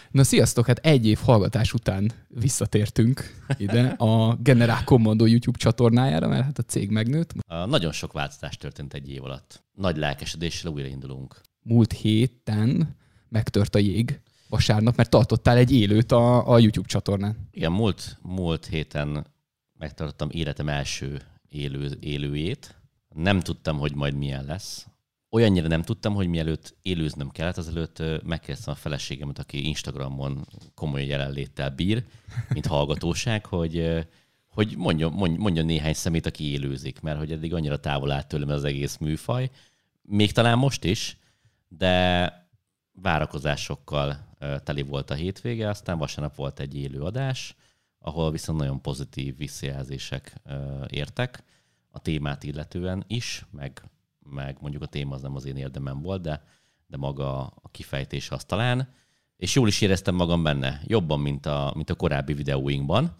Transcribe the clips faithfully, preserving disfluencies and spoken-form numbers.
Na sziasztok, hát egy év hallgatás után visszatértünk ide a Generál Commando YouTube csatornájára, mert hát a cég megnőtt. A nagyon sok változás történt egy év alatt. Nagy lelkesedéssel újraindulunk. Múlt héten megtört a jég vasárnap, mert tartottál egy élőt a, a YouTube csatornán. Igen, múlt, múlt héten megtartottam életem első élő, élőjét. Nem tudtam, hogy majd milyen lesz. Olyannyira nem tudtam, hogy mielőtt élőznöm kellett, azelőtt megkérdeztem a feleségemet, aki Instagramon komoly jelenléttel bír, mint hallgatóság, hogy, hogy mondjon, mondjon néhány szemét, aki élőzik, mert hogy eddig annyira távol állt tőlem az egész műfaj. Még talán most is, de várakozásokkal teli volt a hétvége, aztán vasárnap volt egy élő adás, ahol viszont nagyon pozitív visszajelzések értek a témát illetően is, meg meg mondjuk a téma az nem az én érdemem volt, de, de maga a kifejtés az talán. És jól is éreztem magam benne, jobban, mint a, mint a korábbi videóinkban,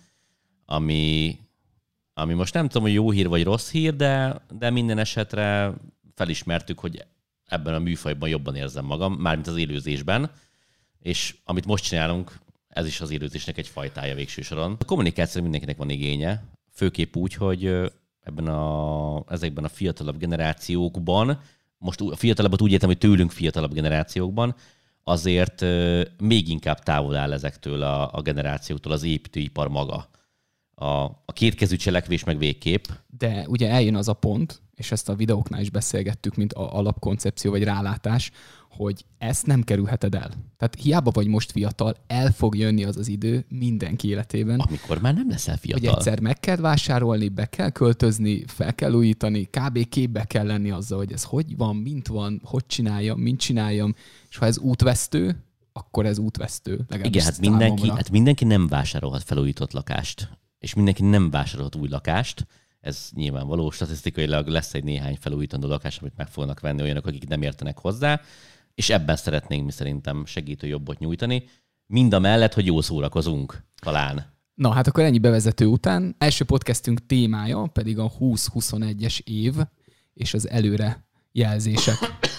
ami, ami most nem tudom, hogy jó hír vagy rossz hír, de, de minden esetre felismertük, hogy ebben a műfajban jobban érzem magam, mármint az élőzésben, és amit most csinálunk, ez is az élőzésnek egy fajtája végső soron. A kommunikációra mindenkinek van igénye, főképp úgy, hogy ebben a, ezekben a fiatalabb generációkban, most a fiatalabbat úgy értem, hogy tőlünk fiatalabb generációkban, azért még inkább távol áll ezektől a, a generációktól az építőipar maga. A, a kétkezű cselekvés meg végképp. De ugye eljön az a pont, és ezt a videóknál is beszélgettük, mint a alapkoncepció vagy rálátás, hogy ezt nem kerülheted el. Tehát hiába vagy most fiatal, el fog jönni az az idő mindenki életében. Amikor már nem leszel fiatal. Hogy egyszer meg kell vásárolni, be kell költözni, fel kell újítani, kb. Képbe kell lenni azzal, hogy ez hogy van, mint van, hogy csináljam, mint csináljam, és ha ez útvesztő, akkor ez útvesztő. Igen, hát mindenki, hát mindenki nem vásárolhat felújított lakást, és mindenki nem vásárolhat új lakást. Ez nyilvánvaló, statisztikailag lesz egy néhány felújítandó lakás, amit meg fognak venni olyanok, akik nem értenek hozzá, és ebben szeretnénk mi szerintem segítő jobbot nyújtani. Mind a mellett, hogy jól szórakozunk, talán. Na, hát akkor ennyi bevezető után. Első podcastünk témája pedig a húsz-huszonegyes év és az előre jelzések.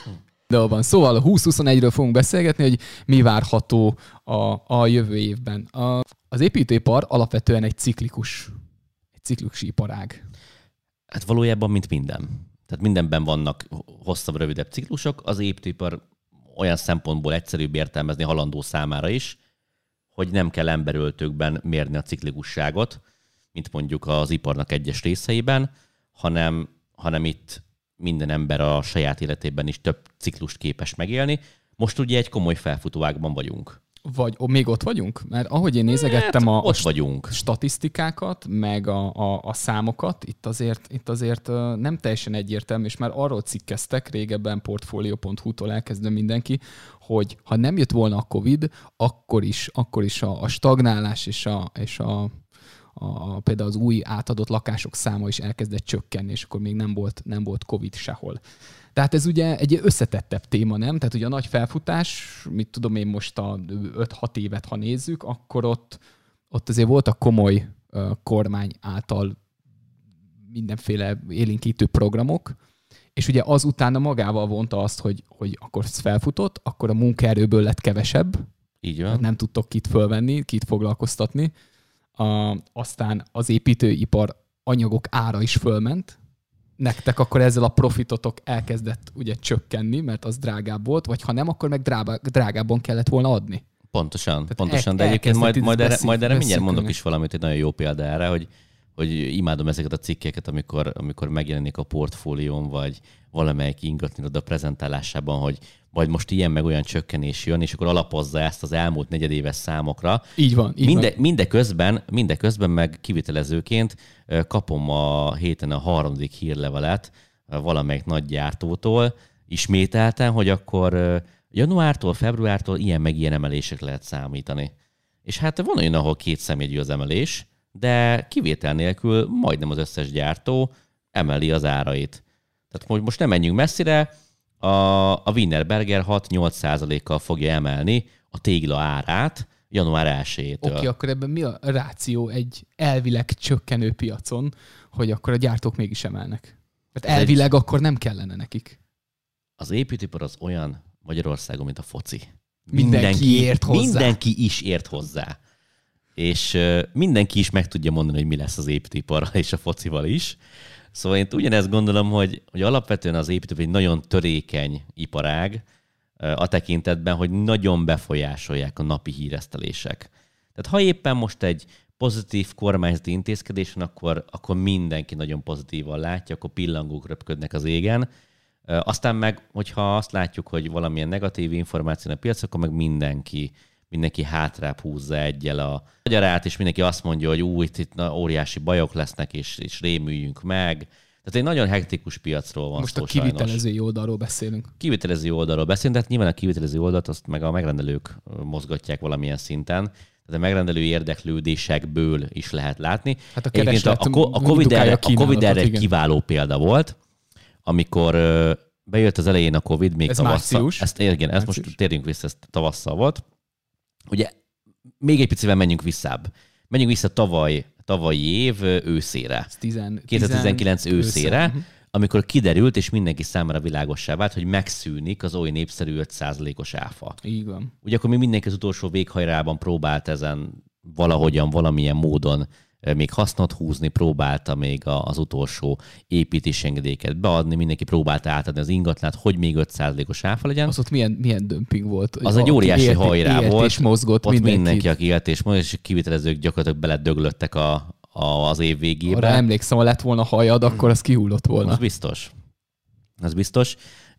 De van. Szóval a húsz-huszonegyről fogunk beszélgetni, hogy mi várható a, a jövő évben. A, az építőipar alapvetően egy ciklikus, egy ciklikus iparág. Hát valójában mint minden. Tehát mindenben vannak hosszabb, rövidebb ciklusok. Az építőipar olyan szempontból egyszerűbb értelmezni halandó számára is, hogy nem kell emberöltőkben mérni a ciklikusságot, mint mondjuk az iparnak egyes részeiben, hanem, hanem itt minden ember a saját életében is több ciklust képes megélni. Most ugye egy komoly felfutóágban vagyunk. Vagy ó, még ott vagyunk? Mert ahogy én nézegettem hát, a, ott vagyunk. statisztikákat, meg a, a, a számokat, itt azért, itt azért nem teljesen egyértelmű, és már arról cikkeztek régebben portfolio pont hu-tól elkezdve mindenki, hogy ha nem jött volna a Covid, akkor is, akkor is a, a stagnálás és, a, és a, a, például az új átadott lakások száma is elkezdett csökkenni, és akkor még nem volt, nem volt Covid sehol. Tehát ez ugye egy összetettebb téma, nem? Tehát ugye a nagy felfutás, mit tudom én most a öt-hat évet, ha nézzük, akkor ott, ott azért voltak komoly uh, kormány által mindenféle élénkítő programok, és ugye az utána magával vonta azt, hogy, hogy akkor ez felfutott, akkor a munkaerőből lett kevesebb. Így van. Nem tudtok kit fölvenni, kit foglalkoztatni. Uh, aztán az építőipar anyagok ára is fölment. Nektek akkor ezzel a profitotok elkezdett ugye csökkenni, mert az drágább volt, vagy ha nem, akkor meg drága, drágábban kellett volna adni. Pontosan, Tehát pontosan, el, de egyébként majd, majd, erre, beszél, majd erre mindjárt mondok beszélni. is valamit, egy nagyon jó példa erre, hogy, hogy imádom ezeket a cikkeket, amikor, amikor megjelenik a portfólión, vagy valamelyik ingatlan prezentálásában, hogy majd most ilyen meg olyan csökkenés jön, és akkor alapozza ezt az elmúlt negyedéves számokra. Így van. Így Minde, van. mindeközben, mindeközben meg kivitelezőként kapom a héten a harmadik hírlevelet valamelyik nagy gyártótól, ismételten, hogy akkor januártól, februártól ilyen meg ilyen emelések lehet számítani. És hát van olyan, ahol két számjegyű az emelés, de kivétel nélkül majdnem az összes gyártó emeli az árait. Tehát most nem menjünk messzire, a, a Wienerberger hat-nyolc százalékkal fogja emelni a tégla árát január elsejétől. Oké, okay, akkor ebben mi a ráció egy elvileg csökkenő piacon, hogy akkor a gyártók mégis emelnek? Tehát elvileg egy... akkor nem kellene nekik. Az építőipar az olyan Magyarországon, mint a foci. mindenki, mindenki ért hozzá. Mindenki is ért hozzá. És uh, mindenki is meg tudja mondani, hogy mi lesz az építőiparral és a focival is. Szóval én ugyanezt gondolom, hogy, hogy alapvetően az építőipar egy nagyon törékeny iparág uh, a tekintetben, hogy nagyon befolyásolják a napi híresztelések. Tehát ha éppen most egy pozitív kormányzati intézkedés van, akkor, akkor mindenki nagyon pozitívan látja, akkor pillangók röpködnek az égen. Aztán meg, hogyha azt látjuk, hogy valamilyen negatív információ a piac, akkor meg mindenki, mindenki hátrább húzza egyel a magyarát, és mindenki azt mondja, hogy új, itt na, óriási bajok lesznek, és, és rémüljünk meg. Tehát egy nagyon hektikus piacról van most szó. Most a kivitelezői sajnos. oldalról beszélünk. Kivitelezői oldalról beszélünk, tehát nyilván a kivitelező oldalt azt meg a megrendelők mozgatják valamilyen szinten. Tehát a megrendelő érdeklődésekből is lehet látni. Hát a kereslet, a, a, a Covid erre, a COVID erre egy kiváló példa volt, amikor uh, bejött az elején a Covid, még ez tavasszal. Március. Ezt, igen, ezt most térjünk vissza, ez tavasszal volt. Ugye még egy picivel menjünk visszább. Menjünk vissza tavaly, tavalyi év őszére. kétezer-tizenkilenc őszére, uh-huh. amikor kiderült, és mindenki számára világossá vált, hogy megszűnik az oly népszerű öt százalékos áfa. Így van. Ugye akkor még mindenki az utolsó véghajrában próbált ezen valahogyan, valamilyen módon még hasznot húzni, próbálta még az utolsó építési engedélyeket beadni, mindenki próbálta átadni az ingatlant, hogy még öt százalékos áfa legyen. Az ott milyen, milyen dömping volt? Az egy óriási élt, hajrá élt volt. És mozgott ott mindenki. mindenki, aki élt és mozgott, és kivitelezők gyakorlatilag beledöglöttek a, a, az év végébe. Arra emlékszem, ha lett volna hajad, akkor az kihullott volna. Az biztos. Az biztos.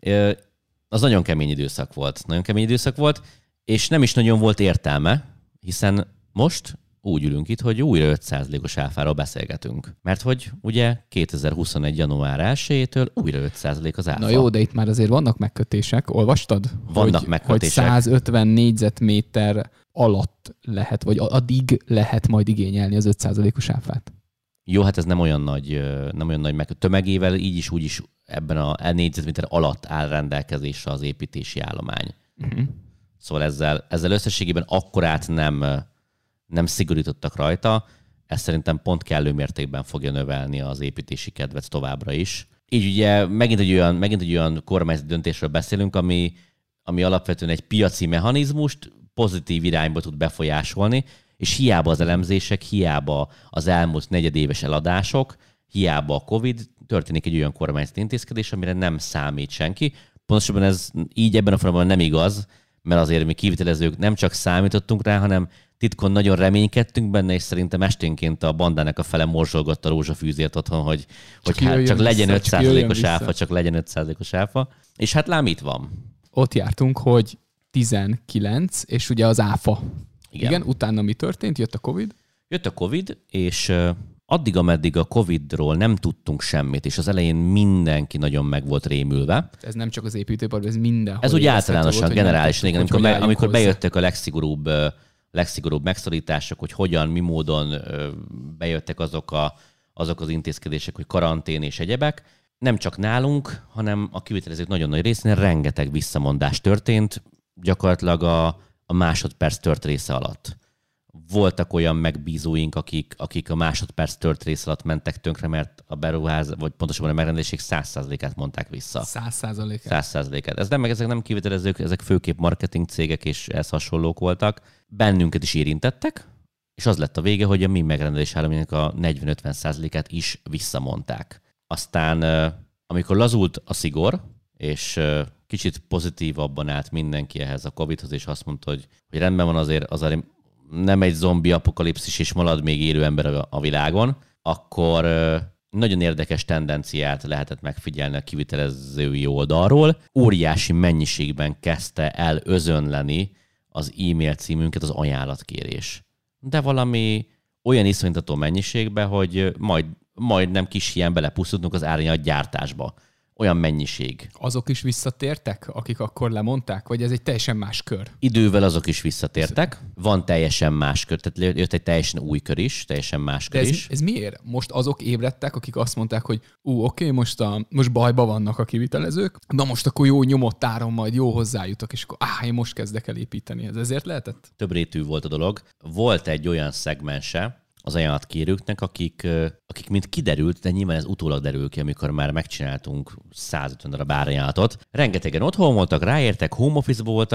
Az nagyon kemény időszak volt. Nagyon kemény időszak volt, és nem is nagyon volt értelme, hiszen most úgy ülünk itt, hogy újra öt százalékos áfáról beszélgetünk. Mert hogy ugye kétezer-huszonegy. január elsejétől újra öt százalék az áfa. Na jó, de itt már azért vannak megkötések. Olvastad? Vannak hogy, megkötések. Hogy százötven négyzetméter alatt lehet, vagy addig lehet majd igényelni az öt százalékos áfát. Jó, hát ez nem olyan nagy, nem olyan nagy megkötés. Tömegével így is, úgy is ebben a négyzetméter alatt áll rendelkezésre az építési állomány. Uh-huh. Szóval ezzel, ezzel összességében akkorát nem... nem szigorítottak rajta, ez szerintem pont kellő mértékben fogja növelni az építési kedvet továbbra is. Így ugye megint egy olyan, megint egy olyan kormányzati döntésről beszélünk, ami, ami alapvetően egy piaci mechanizmust pozitív irányba tud befolyásolni, és hiába az elemzések, hiába az elmúlt negyedéves eladások, hiába a Covid, történik egy olyan kormányzati intézkedés, amire nem számít senki. Pontosabban ez így ebben a formában nem igaz, mert azért mi kivitelezők nem csak számítottunk rá, hanem titkon nagyon reménykedtünk benne, és szerintem esténként a bandának a fele morzsolgott a rózsafűzért otthon, hogy, hogy csak, hát csak legyen öt százalékos áfa, csak legyen öt százalékos áfa. És hát lám itt van. Ott jártunk, hogy tizenkilenc, és ugye az áfa. Igen. Igen, utána mi történt? Jött a Covid? Jött a Covid, és addig, ameddig a Covidról nem tudtunk semmit, és az elején mindenki nagyon meg volt rémülve. Ez nem csak az építőiparban, ez mindenhol. Ez úgy általánosan, generálisan, igen, amikor, me, amikor bejöttek a legszigorúbb, legszigorúbb megszorítások, hogy hogyan, mi módon bejöttek azok, a, azok az intézkedések, hogy karantén és egyebek. Nem csak nálunk, hanem a kivitelezők nagyon nagy részén rengeteg visszamondás történt, gyakorlatilag a, a másodperc tört része alatt. Voltak olyan megbízóink, akik, akik a másodperc tört rész alatt mentek tönkre, mert a beruház, vagy pontosabban a megrendeléség száz százalékát mondták vissza. száz százalékát? száz százalékát. Ez nem, meg ezek nem kivitelezők, ezek főképp marketing cégek, és ehhez hasonlók voltak. Bennünket is érintettek, és az lett a vége, hogy a mi megrendelés állománynak a negyven-ötven százalékát is visszamondták. Aztán, amikor lazult a szigor, és kicsit pozitívabban állt mindenki ehhez a Covidhoz, és azt mondta, hogy, hogy rendben van, azért, azért nem egy zombi apokalipszis, és marad még élő ember a világon, akkor nagyon érdekes tendenciát lehetett megfigyelni a kivitelezői oldalról. Óriási mennyiségben kezdte el özönleni az e-mail címünket az ajánlatkérés. De valami olyan iszonytató mennyiségben, hogy majd, majdnem kis hiány belepusztultunk az árnyalt gyártásba. Olyan mennyiség. Azok is visszatértek, akik akkor lemondták? Vagy ez egy teljesen más kör? Idővel azok is visszatértek. Van teljesen más kör, tehát jött egy teljesen új kör is, teljesen más kör ez, is. Ez miért? Most azok ébredtek, akik azt mondták, hogy ú, oké, most, a, most bajba vannak a kivitelezők, na most akkor jó nyomott áron majd jó hozzájutok, és akkor áh, én most kezdek el építeni. Ez ezért lehetett? Több rétű volt a dolog. Volt egy olyan szegmense az ajánlatkérőknek, akik, akik mint kiderült, de nyilván ez utólag derül ki, amikor már megcsináltunk százötven darab árajánlatot. Rengetegen otthon voltak, ráértek, home office-ban voltak,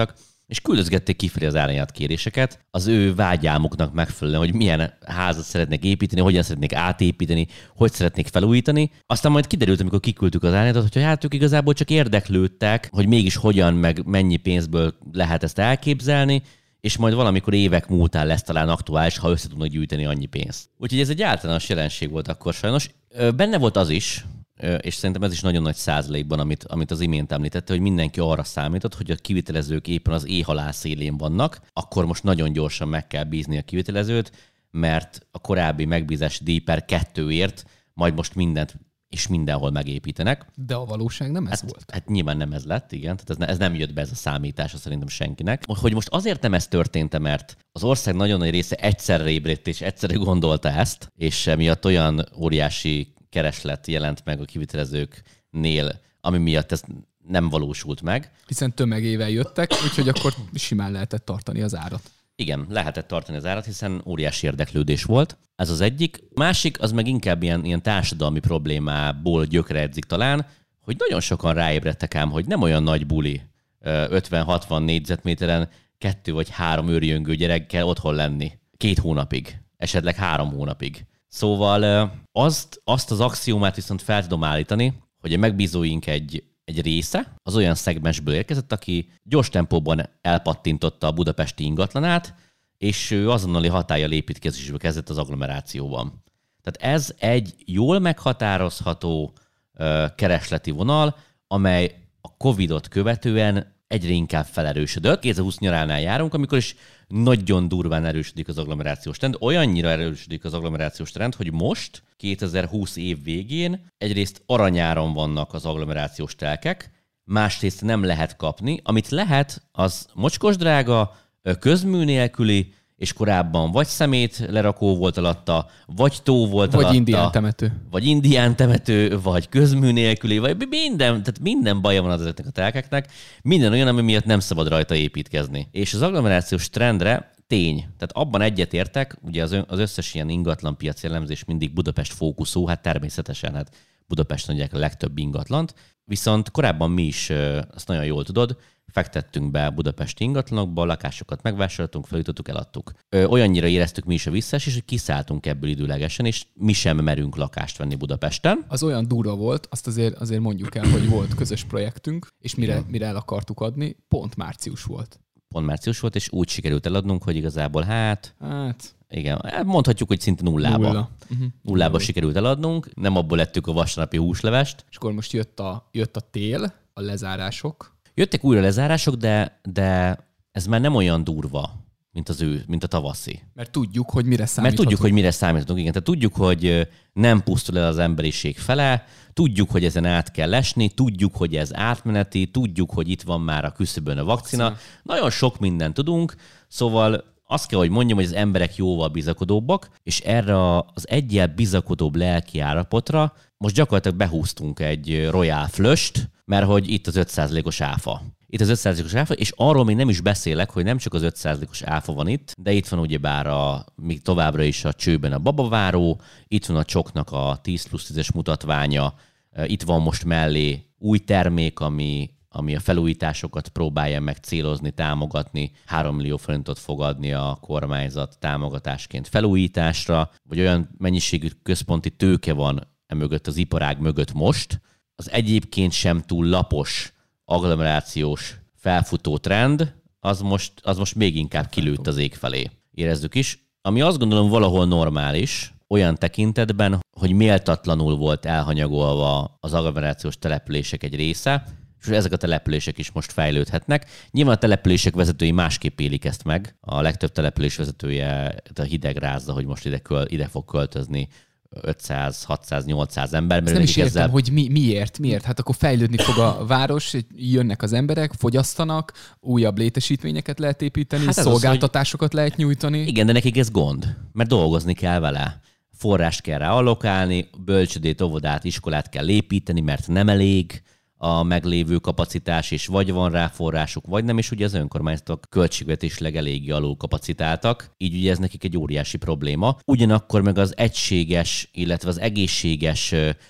és küldözgették kifelé az árnyalt kéréseket az ő vágyálmuknak megfelelően, hogy milyen házat szeretnék építeni, hogyan szeretnék átépíteni, hogy szeretnék felújítani. Aztán majd kiderült, amikor kiküldtük az árnyalatot, hogy hát ők igazából csak érdeklődtek, hogy mégis hogyan, meg mennyi pénzből lehet ezt elképzelni, és majd valamikor évek múltán lesz talán aktuális, ha össze tudnak gyűjteni annyi pénzt. Úgyhogy ez egy általános jelenség volt akkor sajnos. Benne volt az is, és szerintem ez is nagyon nagy százalékban, amit, amit az imént említette, hogy mindenki arra számított, hogy a kivitelezők éppen az éhhalál szélén vannak, akkor most nagyon gyorsan meg kell bízni a kivitelezőt, mert a korábbi megbízási díj per kettőért majd most mindent és mindenhol megépítenek. De a valóság nem ez hát, volt. Hát nyilván nem ez lett, igen. Tehát ez, ne, ez nem jött be ez a számítása szerintem senkinek. Hogy most azért nem ez történt, mert az ország nagyon nagy része egyszerre ébredt és egyszerre gondolta ezt, és emiatt olyan óriási kereslet jelent meg a kivitelezőknél, ami miatt ez nem valósult meg. Hiszen tömegével jöttek, úgyhogy akkor simán lehetett tartani az árat. Igen, lehetett tartani az árat, hiszen óriási érdeklődés volt. Ez az egyik. Másik, az meg inkább ilyen, ilyen társadalmi problémából gyökeredzik talán, hogy nagyon sokan ráébredtek ám, hogy nem olyan nagy buli ötven-hatvan négyzetméteren kettő vagy három őrjöngő gyerekkel otthon lenni. Két hónapig, esetleg három hónapig. Szóval azt, azt az axiómát viszont fel tudom állítani, hogy a megbízóink egy, egy része az olyan szegmensből érkezett, aki gyors tempóban elpattintotta a budapesti ingatlanát, és ő azonnali hatállyal építkezésbe kezdett az agglomerációban. Tehát ez egy jól meghatározható uh, keresleti vonal, amely a Covidot követően egyre inkább felerősödött. kétezer-húsz nyaránál járunk, amikor is nagyon durván erősödik az agglomerációs trend. Olyannyira erősödik az agglomerációs trend, hogy most, kétezer-húsz év végén egyrészt aranyáron vannak az agglomerációs telkek, másrészt nem lehet kapni. Amit lehet, az mocskos drága, közmű nélküli, és korábban vagy szemét lerakó volt alatta, vagy tó volt vagy alatta. Vagy indián temető. Vagy indián temető, vagy közmű nélküli, vagy minden, tehát minden baja van ezeknek a telkeknek, minden olyan, ami miatt nem szabad rajta építkezni. És az agglomerációs trendre tény. Tehát abban egyetértek, ugye az, az összes ilyen ingatlan piaci elemzés mindig Budapest fókuszú, hát természetesen hát Budapesten adják a legtöbb ingatlant, viszont korábban mi is, azt nagyon jól tudod, fektettünk be budapesti ingatlanokba, lakásokat megvásároltunk, felújítottuk, eladtuk. Olyannyira éreztük mi is a visszaesést, és kiszálltunk ebből időlegesen, és mi sem merünk lakást venni Budapesten. Az olyan durva volt, azt azért, azért mondjuk el, hogy volt közös projektünk, és mire, mire el akartuk adni, pont március volt. Pont március volt, és úgy sikerült eladnunk, hogy igazából hát... Hát... Igen, mondhatjuk, hogy szinte nullába. Nulla. Uh-huh. Nullába Nulla. Sikerült eladnunk, nem abból lettük a vasárnapi húslevest. És akkor most jött a, jött a tél, a lezárások. Jöttek újra lezárások, de, de ez már nem olyan durva, mint az ő, mint a tavaszi. Mert tudjuk, hogy mire számíthatunk. Mert tudjuk, hogy mire számíthatunk, igen. Tehát tudjuk, hogy nem pusztul el az emberiség fele, tudjuk, hogy ezen át kell esni, tudjuk, hogy ez átmeneti, tudjuk, hogy itt van már a küszöbön a vakcina. vakcina. Nagyon sok mindent tudunk, szóval azt kell, hogy mondjam, hogy az emberek jóval bizakodóbbak, és erre az egyel bizakodóbb lelki állapotra most gyakorlatilag behúztunk egy Royal Flush-t, mert hogy itt az öt százalékos áfa. Itt az öt százalékos áfa, és arról még nem is beszélek, hogy nem csak az öt százalékos áfa van itt, de itt van ugyebár a, még továbbra is a csőben a babaváró, itt van a csoknak a tíz plusz tízes mutatványa, itt van most mellé új termék, ami ami a felújításokat próbálja meg célozni, támogatni, három millió forintot fog adni a kormányzat támogatásként felújításra, vagy olyan mennyiségű központi tőke van emögött az iparág mögött most, az egyébként sem túl lapos agglomerációs felfutó trend, az most, az most még inkább kilőtt az ég felé. Érezzük is. Ami azt gondolom valahol normális, olyan tekintetben, hogy méltatlanul volt elhanyagolva az agglomerációs települések egy része, és ezek a települések is most fejlődhetnek. Nyilván a települések vezetői másképp élik ezt meg. A legtöbb település vezetője a hideg rázza, hogy most ide, köl, ide fog költözni ötszáz, hatszáz, nyolcszáz ember. Ezt nem is értem, ezzel... hogy mi, miért, miért. Hát akkor fejlődni fog a város, jönnek az emberek, fogyasztanak, újabb létesítményeket lehet építeni, hát szolgáltatásokat az, hogy... lehet nyújtani. Igen, de nekik ez gond, mert dolgozni kell vele. Forrást kell rá allokálni, bölcsödét, óvodát, iskolát kell építeni, mert nem elég. A, a meglévő kapacitás, és vagy van rá forrásuk, vagy nem, és ugye az önkormányzatok költségvetésleg eléggé alulkapacitáltak, így ugye ez nekik egy óriási probléma. Ugyanakkor meg az egységes, illetve az egészséges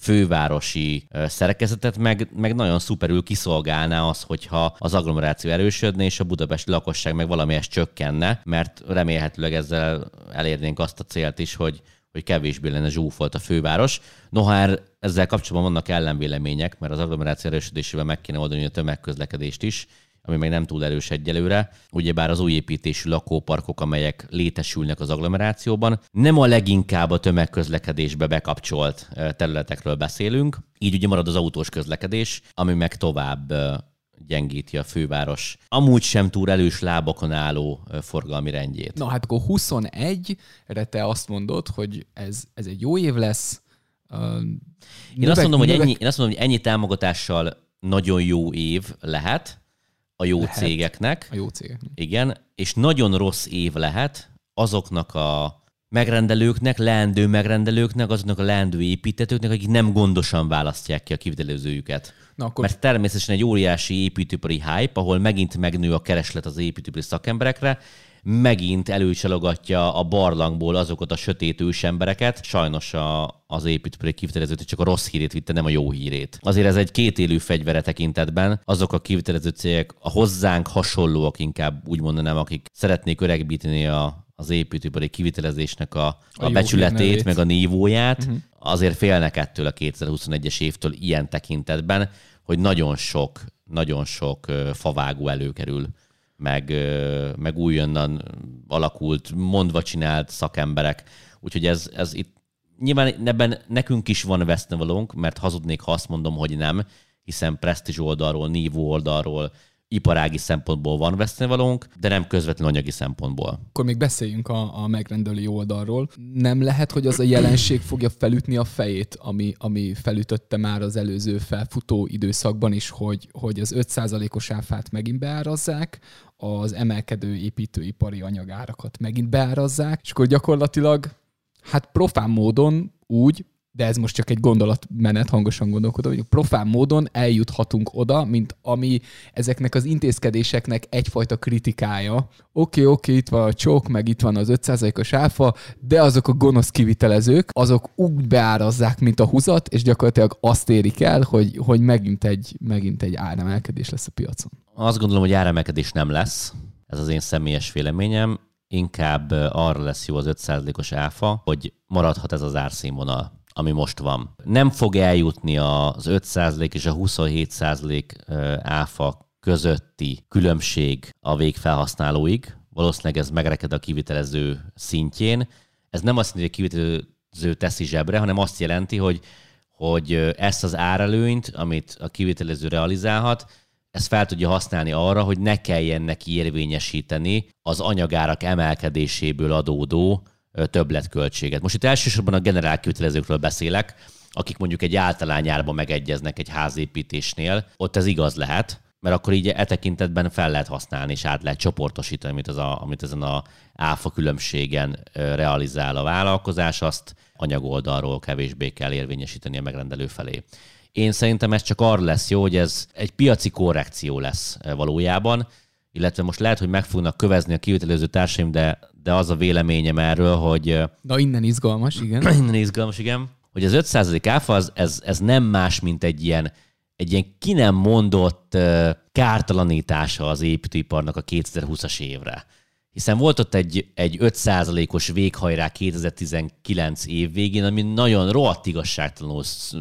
fővárosi szerkezetet meg, meg nagyon szuperül kiszolgálná az, hogyha az agglomeráció erősödne, és a budapesti lakosság meg valamihez csökkenne, mert remélhetőleg ezzel elérnénk azt a célt is, hogy hogy kevésbé lenne zsúfolt a főváros. Noha ezzel kapcsolatban vannak ellenvélemények, mert az agglomeráció erősödésével meg kéne oldani a tömegközlekedést is, ami még nem túl erős egyelőre. Ugyebár az új építésű lakóparkok, amelyek létesülnek az agglomerációban, nem a leginkább a tömegközlekedésbe bekapcsolt területekről beszélünk. Így ugye marad az autós közlekedés, ami meg tovább gyengíti a főváros amúgy sem túl erős lábakon álló forgalmi rendjét. Na hát akkor huszonegyre te azt mondod, hogy ez, ez egy jó év lesz. Uh, én, növek, azt mondom, növek... hogy ennyi, én azt mondom, hogy ennyi támogatással nagyon jó év lehet a jó lehet. cégeknek. A jó cégeknek. Igen, és nagyon rossz év lehet azoknak a megrendelőknek, leendő megrendelőknek, azoknak a leendő építetőknek, akik nem gondosan választják ki a kivitelezőjüket. Na, akkor... Mert természetesen egy óriási építőipari hype, ahol megint megnő a kereslet az építőipari szakemberekre, megint előcsalogatja a barlangból azokat a sötét ősembereket. Sajnos a, az építőipari kivitelezőt csak a rossz hírét vitte, nem a jó hírét. Azért ez egy kétélű fegyvere tekintetben. Azok a kivitelező cégek, a hozzánk hasonlóak inkább úgy mondanám, akik szeretnék öregbíteni a az építőipari kivitelezésnek a, a, a becsületét, meg a nívóját, uh-huh. azért félnek ettől a kétezer-huszonegyes évtől ilyen tekintetben, hogy nagyon sok, nagyon sok favágó előkerül, meg, meg újonnan alakult, mondva csinált szakemberek. Úgyhogy ez, ez itt nyilván ebben nekünk is van vesztevalónk, mert hazudnék, ha azt mondom, hogy nem, hiszen presztízs oldalról, nívó oldalról, iparági szempontból van vesztevalónk, de nem közvetlen anyagi szempontból. Akkor még beszéljünk a, a megrendelői oldalról. Nem lehet, hogy az a jelenség fogja felütni a fejét, ami, ami felütötte már az előző felfutó időszakban is, hogy, hogy az öt százalékos áfát megint beárazzák, az emelkedő építőipari anyagárakat megint beárazzák, és akkor gyakorlatilag hát profán módon úgy, de ez most csak egy gondolatmenet, hangosan gondolkodom, hogy profán módon eljuthatunk oda, mint ami ezeknek az intézkedéseknek egyfajta kritikája. Oké, okay, oké, okay, itt van a csók, meg itt van az öt százalékos áfa, de azok a gonosz kivitelezők, azok úgy beárazzák, mint a húzat, és gyakorlatilag azt érik el, hogy, hogy megint egy, megint egy áremelkedés lesz a piacon. Azt gondolom, hogy áremelkedés nem lesz. Ez az én személyes véleményem. Inkább arra lesz jó az öt százalékos áfa, hogy maradhat ez az árszínvonal, ami most van. Nem fog eljutni az öt százalék és a huszonhét százalék áfa közötti különbség a végfelhasználóig. Valószínűleg ez megreked a kivitelező szintjén. Ez nem azt jelenti, hogy a kivitelező teszi zsebre, hanem azt jelenti, hogy, hogy ezt az árelőnyt, amit a kivitelező realizálhat, ezt fel tudja használni arra, hogy ne kelljen neki érvényesíteni az anyagárak emelkedéséből adódó többletköltséget. Most itt elsősorban a generál kivitelezőkről beszélek, akik mondjuk egy általányárban megegyeznek egy házépítésnél, ott ez igaz lehet, mert akkor így e tekintetben fel lehet használni, és át lehet csoportosítani, amit, az a, amit ezen a áfa különbségen realizál a vállalkozás, azt anyagoldalról kevésbé kell érvényesíteni a megrendelő felé. Én szerintem ez csak arra lesz jó, hogy ez egy piaci korrekció lesz valójában, illetve most lehet, hogy meg fognak kövezni a kivitelező társaim, de, de az a véleményem erről, hogy... Na innen izgalmas, igen. Innen izgalmas, igen. Hogy az öt százalék áfa, az, ez, ez nem más, mint egy ilyen, egy ilyen ki nem mondott uh, kártalanítása az építőiparnak a kétezer-húszas évre. Hiszen volt ott egy, egy öt százalékos véghajrá kétezer-tizenkilenc év végén, ami nagyon rohadt igazságtalanul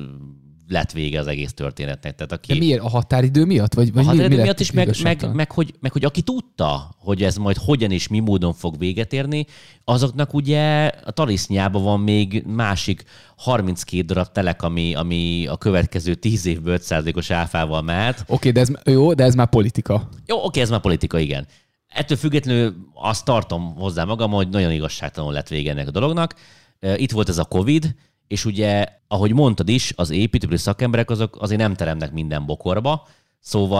lett vége az egész történetnek. Tehát aki... De miért? A határidő miatt? Vagy, vagy a határidő mi, mi miatt is, meg, meg, meg, hogy, meg hogy aki tudta, hogy ez majd hogyan és mi módon fog véget érni, azoknak ugye a talisznyában van még másik harminckét darab telek, ami, ami a következő tíz évből öt százalékos áfával mehet. Oké, okay, de ez, jó, de ez már politika. Jó, oké, okay, ez már politika, igen. Ettől függetlenül azt tartom hozzá magam, hogy nagyon igazságtalanul lett vége ennek a dolognak. Itt volt ez a Covid, és ugye, ahogy mondtad is, az építőipari szakemberek azok azért nem teremnek minden bokorba, szóval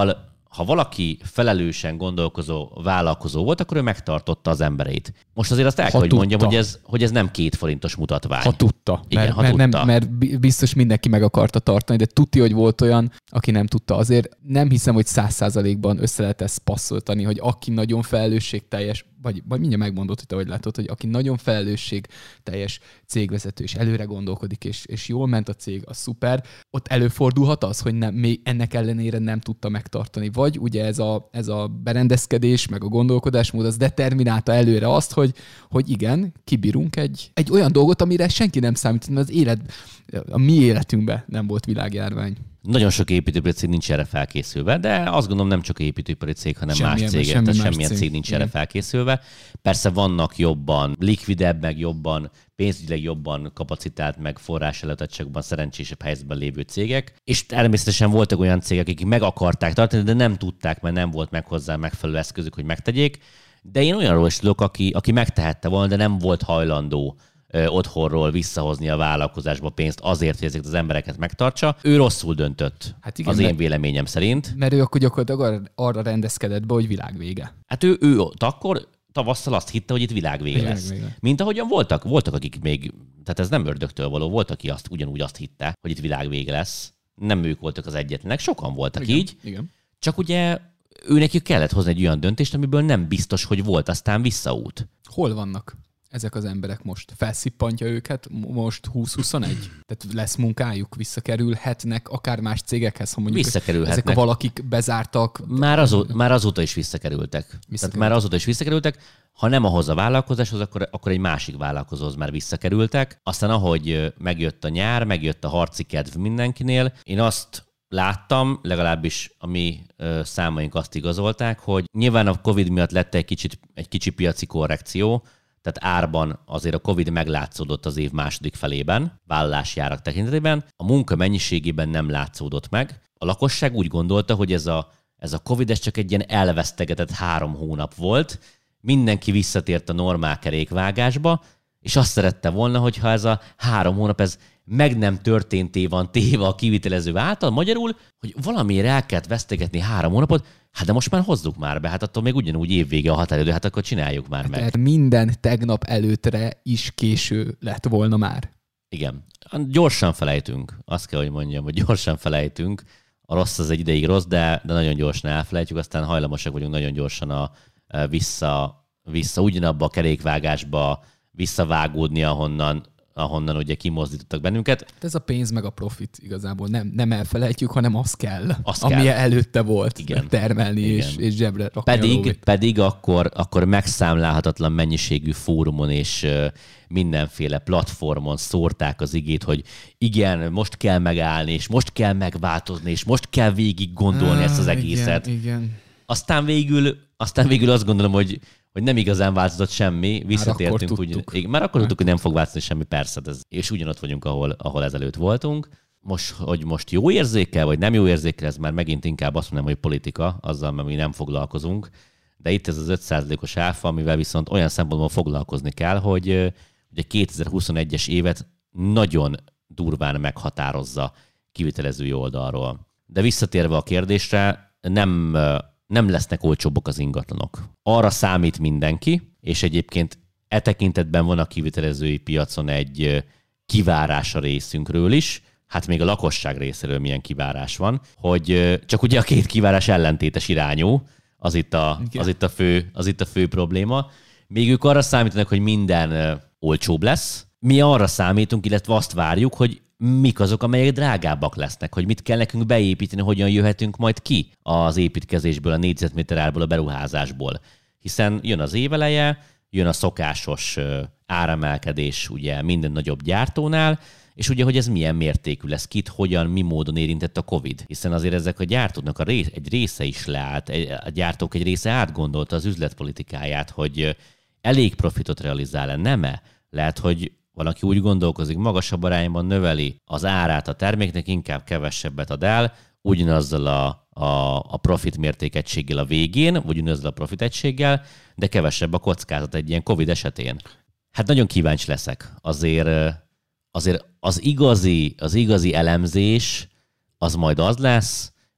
ha valaki felelősen gondolkozó vállalkozó volt, akkor ő megtartotta az embereit. Most azért azt el kell, hogy mondjam, hogy ez, hogy ez nem két forintos mutatvány. Ha tudta. Igen, mert, ha mert, tudta. Nem, mert biztos mindenki meg akarta tartani, de tudti, hogy volt olyan, aki nem tudta. Azért nem hiszem, hogy száz százalékban össze lehet ezt passzoltani, hogy aki nagyon felelősségteljes, vagy, vagy mindjárt megmondod, hogy te hogy látod, hogy aki nagyon felelősségteljes cégvezető, és előre gondolkodik, és, és jól ment a cég, az szuper, ott előfordulhat az, hogy nem, még ennek ellenére nem tudta megtartani. Vagy ugye ez a, ez a berendezkedés, meg a gondolkodásmód, az determinálta előre azt, hogy, hogy igen, kibírunk egy, egy olyan dolgot, amire senki nem számít, mert az élet, a mi életünkben nem volt világjárvány. Nagyon sok építőipari cég nincs erre felkészülve, de azt gondolom nem csak építőipari cég, hanem Semmilyen, más cégek, semmi tehát más semmilyen cég. cég nincs Igen. erre felkészülve. Persze vannak jobban, likvidebb, meg jobban, pénzügyileg jobban kapacitált, meg forráselőtettségben szerencsésebb helyzetben lévő cégek. És természetesen voltak olyan cégek, akik meg akarták tartani, de nem tudták, mert nem volt meg hozzá megfelelő eszközük, hogy megtegyék. De én olyanról is tudok, aki, aki megtehette volna, de nem volt hajlandó ö, otthonról visszahozni a vállalkozásba pénzt azért, hogy ezeket az embereket megtartsa. Ő rosszul döntött, Hát igen, az én mert- véleményem szerint. Mert ő akkor gyakorlatilag arra, arra rendezkedett be, hogy világvége. Hát ő, ő ott akkor tavasszal azt hitte, hogy itt világvége lesz. Világvége. Mint ahogyan voltak, voltak, akik még, tehát ez nem ördögtől való, volt, aki azt, ugyanúgy azt hitte, hogy itt világvége lesz. Nem ők voltak az egyetlenek, sokan voltak Igen, így. Igen. Csak ugye ő neki kellett hozni egy olyan döntést, amiből nem biztos, hogy volt aztán visszaút. Hol vannak ezek az emberek most? Felszippantja őket most húsz huszonegy? Tehát lesz munkájuk, visszakerülhetnek akár más cégekhez, ha mondjuk Visszakerülhetnek. ezek a valakik bezártak. Már, azó, már azóta is visszakerültek. Tehát Visszakerültek. már azóta is visszakerültek. Ha nem ahhoz a vállalkozáshoz, akkor, akkor egy másik vállalkozóhoz már visszakerültek. Aztán ahogy ö, megjött a nyár, megjött a harci kedv mindenkinél, én azt láttam, legalábbis a mi ö, számaink azt igazolták, hogy nyilván a Covid miatt lett egy, kicsit, egy kicsi piaci korrekció, tehát árban azért a Covid meglátszódott az év második felében, vállalási árak tekintetében, a munka mennyiségében nem látszódott meg. A lakosság úgy gondolta, hogy ez a, ez a Covid ez csak egy ilyen elvesztegetett három hónap volt, mindenki visszatért a normál kerékvágásba, és azt szerette volna, hogyha ez a három hónap ez meg nem történté van téve a kivitelező által, magyarul, hogy valamiért el kellett vesztegetni három hónapot, hát de most már hozzuk már be, hát attól még ugyanúgy évvége a határidő, hát akkor csináljuk már meg. Tehát minden tegnap előttre is késő lett volna már. Igen. Gyorsan felejtünk. Azt kell, hogy mondjam, hogy gyorsan felejtünk. A rossz az egy ideig rossz, de, de nagyon gyorsan elfelejtjük, aztán hajlamosak vagyunk nagyon gyorsan a, a vissza, vissza ugyanabba a kerékvágásba visszavágódni, ahonnan, ahonnan ugye kimozdítottak bennünket. Hát ez a pénz meg a profit igazából nem, nem elfelejtjük, hanem az kell, Az ami kell. előtte volt. Igen. Termelni Igen. És, és zsebre rakni a Pedig, lóvét. pedig akkor, akkor megszámlálhatatlan mennyiségű fórumon és ö, mindenféle platformon szórták az igét, hogy igen, most kell megállni, és most kell megváltozni, és most kell végig gondolni ezt az egészet. Igen, igen. Aztán végül, aztán végül azt gondolom, hogy, hogy nem igazán változott semmi, visszatértünk. akkor Úgy, tudtuk. igen, már akkor tudtuk, hogy nem fog változni semmi, persze, ez, és ugyanott vagyunk, ahol, ahol ezelőtt voltunk. Most, hogy most jó érzékel, vagy nem jó érzékel, ez már megint inkább azt mondom, hogy politika, azzal, mert mi nem foglalkozunk. De itt ez az öt százalékos áfa, amivel viszont olyan szempontból foglalkozni kell, hogy ö, ugye kétezer-huszonegyes évet nagyon durván meghatározza kivitelezői oldalról. De visszatérve a kérdésre, nem, ö, nem lesznek olcsóbbak az ingatlanok. Arra számít mindenki, és egyébként e tekintetben van a kivitelezői piacon egy ö, kivárás a részünkről is, hát még a lakosság részéről milyen kivárás van, hogy ö, csak ugye a két kivárás ellentétes irányú, az itt a, az itt a, fő, az itt a fő probléma. Még ők arra számítanak, hogy minden ö, olcsóbb lesz. Mi arra számítunk, illetve azt várjuk, hogy mik azok, amelyek drágábbak lesznek, hogy mit kell nekünk beépíteni, hogyan jöhetünk majd ki az építkezésből, a négyzetméter árból, a beruházásból. Hiszen jön az éveleje, jön a szokásos ö, áremelkedés ugye minden nagyobb gyártónál, és ugye, hogy ez milyen mértékű lesz, kit, hogyan, mi módon érintett a Covid. Hiszen azért ezek a gyártóknak a rész, egy része is leállt, a gyártók egy része átgondolta az üzletpolitikáját, hogy elég profitot realizál-e, nem-e? Lehet, hogy valaki úgy gondolkozik, magasabb arányban növeli az árát a terméknek, inkább kevesebbet ad el, ugyanazzal a, a, a profit mértékegységgel a végén, vagy ugyanazzal a profit egységgel, de kevesebb a kockázat egy ilyen Covid esetén. Hát nagyon kíváncsi leszek. Azért azért az igazi, az igazi elemzés az majd az lesz,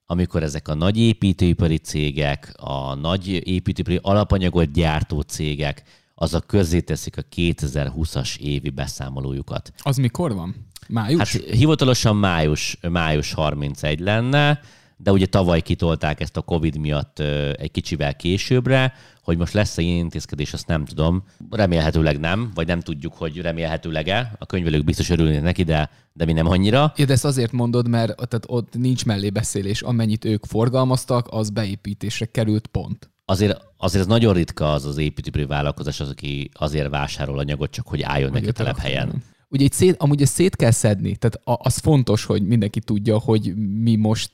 amikor ezek a nagy építőipari cégek, a nagy építőipari alapanyagot gyártó cégek, azok közzéteszik a kétezer-húszas évi beszámolójukat. Az mikor van? Május? Hát hivatalosan május, május harmincegy lenne, de ugye tavaly kitolták ezt a Covid miatt egy kicsivel későbbre, hogy most lesz-e ilyen intézkedés, azt nem tudom. Remélhetőleg nem, vagy nem tudjuk, hogy remélhetőleg-e. A könyvelők biztos örülnének neki, de, de mi nem annyira. Ja, de ezt azért mondod, mert tehát ott nincs mellébeszélés. Amennyit ők forgalmaztak, az beépítésre került pont. Azért, azért ez nagyon ritka az az építőipari vállalkozás, az, aki azért vásárol anyagot, csak hogy álljon neki a telephelyen. Ugye itt szét, amúgy ezt szét kell szedni, tehát az fontos, hogy mindenki tudja, hogy mi most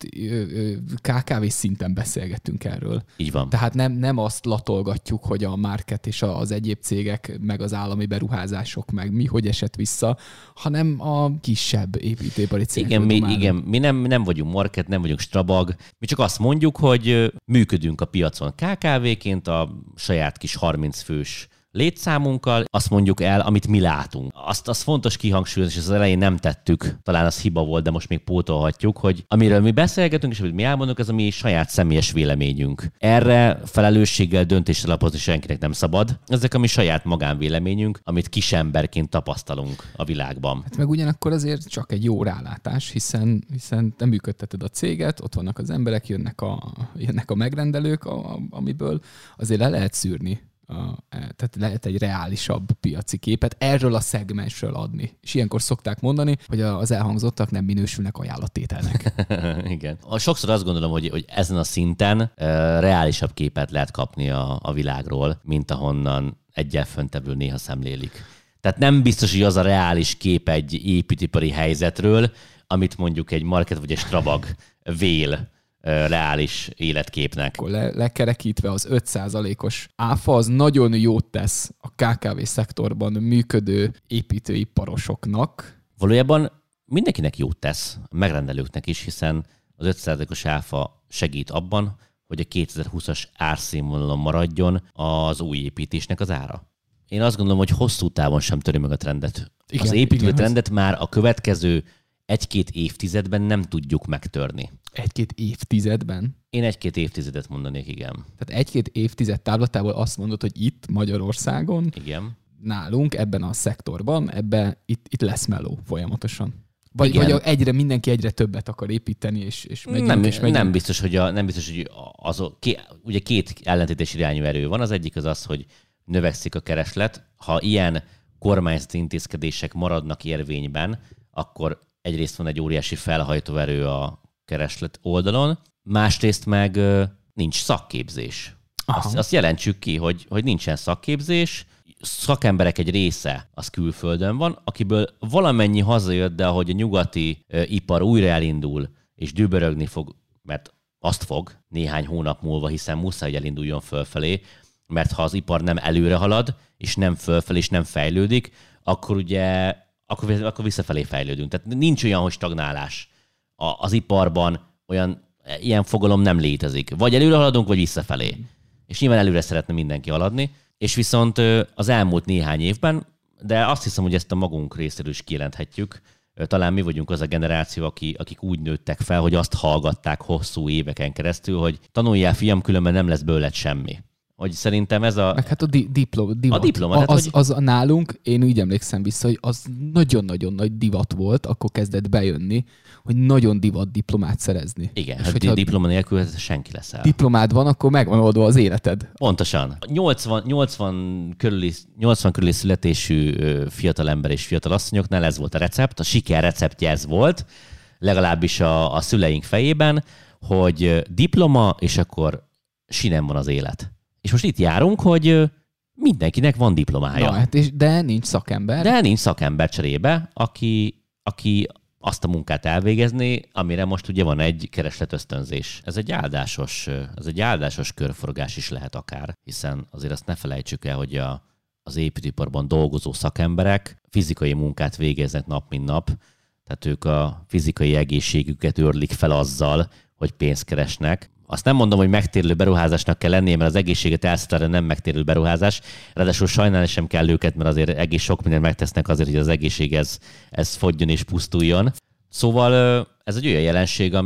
ká ká vé szinten beszélgetünk erről. Így van. Tehát nem, nem azt latolgatjuk, hogy a market és az egyéb cégek, meg az állami beruházások, meg mi hogy esett vissza, hanem a kisebb építőipari cégek. Igen, mi, igen, mi nem, nem vagyunk market, nem vagyunk strabag, mi csak azt mondjuk, hogy működünk a piacon ká ká véként, a saját kis harminc fős létszámunkkal, azt mondjuk el, amit mi látunk. Azt, azt fontos kihangsúlyozni, és az elején nem tettük, talán az hiba volt, de most még pótolhatjuk, hogy amiről mi beszélgetünk, és amit mi elmondunk, ez a mi saját személyes véleményünk. Erre felelősséggel döntésre lapozni senkinek nem szabad. Ezek a mi saját magánvéleményünk, amit kisemberként tapasztalunk a világban. Hát meg ugyanakkor azért csak egy jó rálátás, hiszen, hiszen te működteted a céget, ott vannak az emberek, jönnek a, jönnek a megrendelők, a, amiből azért le lehet szűrni. A, tehát lehet egy reálisabb piaci képet erről a szegmensről adni. És ilyenkor szokták mondani, hogy az elhangzottak nem minősülnek ajánlattételnek. Igen. Sokszor azt gondolom, hogy, hogy ezen a szinten uh, reálisabb képet lehet kapni a, a világról, mint ahonnan egyel föntevül néha szemlélik. Tehát nem biztos, hogy az a reális kép egy építőipari helyzetről, amit mondjuk egy market vagy egy strabag vél reális életképnek. Akkor le, lekerekítve az öt százalékos áfa az nagyon jót tesz a ká ká vé szektorban működő építőiparosoknak. Valójában mindenkinek jót tesz, a megrendelőknek is, hiszen az öt százalékos áfa segít abban, hogy a kétezer-húszas árszínvonalon maradjon az új építésnek az ára. Én azt gondolom, hogy hosszú távon sem töri meg a trendet. Igen, az építő igen, trendet az... már a következő egy-két évtizedben nem tudjuk megtörni. Egy-két évtizedben? Én egy-két évtizedet mondanék, igen. Tehát egy-két évtized távlatából azt mondod, hogy itt Magyarországon, igen, nálunk, ebben a szektorban, ebben itt, itt lesz meló folyamatosan. Vagy, vagy egyre mindenki egyre többet akar építeni, és, és megyünk, nem, és megyünk. Nem biztos, hogy, a, nem biztos, hogy az, ugye két ellentétes irányú erő van. Az egyik az az, hogy növekszik a kereslet. Ha ilyen kormányzati intézkedések maradnak érvényben, akkor egyrészt van egy óriási felhajtóerő a kereslet oldalon, másrészt meg nincs szakképzés. Azt, azt jelentsük ki, hogy, hogy nincsen szakképzés, szakemberek egy része az külföldön van, akiből valamennyi hazajött, de ahogy a nyugati ipar újra elindul, és dübörögni fog, mert azt fog néhány hónap múlva, hiszen muszáj, hogy elinduljon fölfelé, mert ha az ipar nem előre halad, és nem fölfelé, és nem fejlődik, akkor ugye Akkor, akkor visszafelé fejlődünk. Tehát nincs olyan, hogy stagnálás a, az iparban, olyan, ilyen fogalom nem létezik. Vagy előre haladunk, vagy visszafelé. És nyilván előre szeretne mindenki haladni. És viszont az elmúlt néhány évben, de azt hiszem, hogy ezt a magunk részéről is kijelenthetjük, talán mi vagyunk az a generáció, aki, akik úgy nőttek fel, hogy azt hallgatták hosszú éveken keresztül, hogy tanuljál, fiam, különben nem lesz belőled semmi. Hogy szerintem ez a... Meg hát a di- diplom, divat. A diploma. A, Tehát, az, hogy... az nálunk, én úgy emlékszem vissza, hogy az nagyon-nagyon nagy divat volt, akkor kezdett bejönni, hogy nagyon divat diplomát szerezni. Igen, és hát di- diploma nélkül ez senki leszel. Diplomád van, akkor megvan oldva az életed. Pontosan. nyolcvan, nyolcvan, körüli, nyolcvan körüli születésű fiatalember és fiatalasszonyoknál ez volt a recept, a siker receptje ez volt, legalábbis a, a szüleink fejében, hogy diploma, és akkor sinem van az élet. És most itt járunk, hogy mindenkinek van diplomája. Na, hát és, de nincs szakember. De nincs szakember cserébe, aki, aki azt a munkát elvégezni, amire most ugye van egy keresletösztönzés. Ez egy áldásos, ez egy áldásos körforgás is lehet akár, hiszen azért azt ne felejtsük el, hogy a, az építőiparban dolgozó szakemberek fizikai munkát végeznek nap, mint nap, tehát ők a fizikai egészségüket őrlik fel azzal, hogy pénzt keresnek. Azt nem mondom, hogy megtérülő beruházásnak kell lennie, mert az egészséget elszitára nem megtérülő beruházás. Ráadásul sajnálni sem kell őket, mert azért egész sok mindent megtesznek azért, hogy az egészség ez, ez fogjon és pusztuljon. Szóval ez egy olyan jelenség, ami,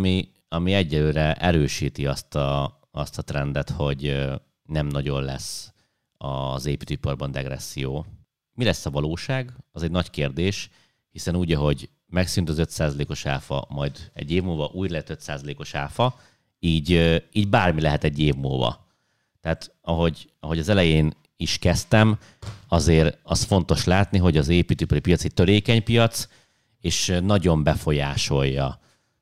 ami egyelőre erősíti azt a, azt a trendet, hogy nem nagyon lesz az építőiparban degresszió. Mi lesz a valóság? Az egy nagy kérdés, hiszen úgy, ahogy megszűnt az öt százalékos áfa, majd egy év múlva új lett öt százalékos áfa, így, így bármi lehet egy év múlva. Tehát ahogy, ahogy az elején is kezdtem, azért az fontos látni, hogy az építőipari piac egy törékeny piac, és nagyon befolyásolja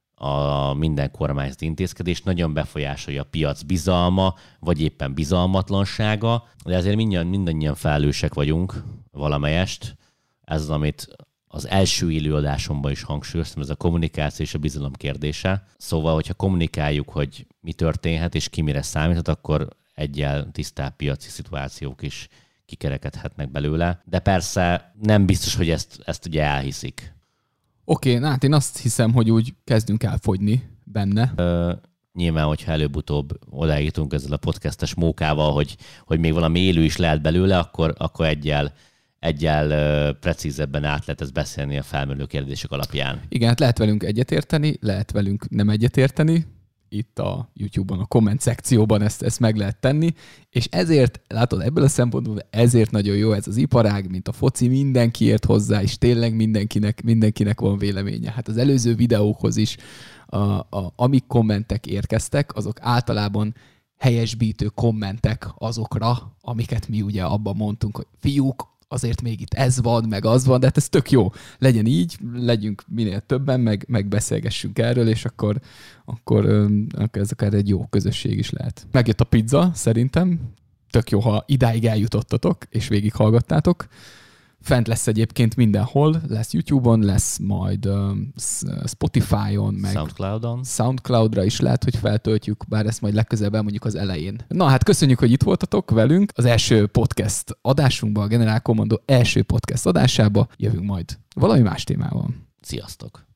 a minden kormányzati intézkedés, nagyon befolyásolja a piac bizalma, vagy éppen bizalmatlansága, de ezért mindannyian, mindannyian felelősek vagyunk valamelyest. Ez az, amit az első élőadásomban is hangsúlyoztam, ez a kommunikáció és a bizalom kérdése. Szóval, hogyha kommunikáljuk, hogy mi történhet és ki mire számíthat, akkor egyel tisztább piaci szituációk is kikerekedhetnek belőle. De persze nem biztos, hogy ezt, ezt ugye elhiszik. Oké, okay, hát én azt hiszem, hogy úgy kezdünk el fogyni benne. Ö, nyilván, hogyha előbb-utóbb odajutunk ezzel a podcastes mókával, hogy, hogy még valami élő is lehet belőle, akkor, akkor egyel, egyel precízebben át lehet ezt beszélni a felmerülő kérdések alapján. Igen, hát lehet velünk egyetérteni, lehet velünk nem egyetérteni. Itt a YouTube-on, a komment szekcióban ezt, ezt meg lehet tenni, és ezért, látod, ebből a szempontból ezért nagyon jó ez az iparág, mint a foci, mindenki ért hozzá, és tényleg mindenkinek, mindenkinek van véleménye. Hát az előző videókhoz is, a, a, amik kommentek érkeztek, azok általában helyesbítő kommentek azokra, amiket mi ugye abban mondtunk, hogy fiúk, azért még itt ez van, meg az van, de hát ez tök jó. Legyen így, legyünk minél többen, meg, meg beszélgessünk erről, és akkor, akkor, akkor ez akár egy jó közösség is lehet. Megjött a pizza, szerintem. Tök jó, ha idáig eljutottatok, és végighallgattátok. Fent lesz egyébként mindenhol, lesz YouTube-on, lesz majd um, Spotify-on, meg Soundcloud-on. Soundcloud-ra is lehet, hogy feltöltjük, bár ezt majd legközelebb elmondjuk az elején. Na hát köszönjük, hogy itt voltatok velünk. Az első podcast adásunkban, a Generál Commando első podcast adásába jövünk majd valami más témával. Sziasztok!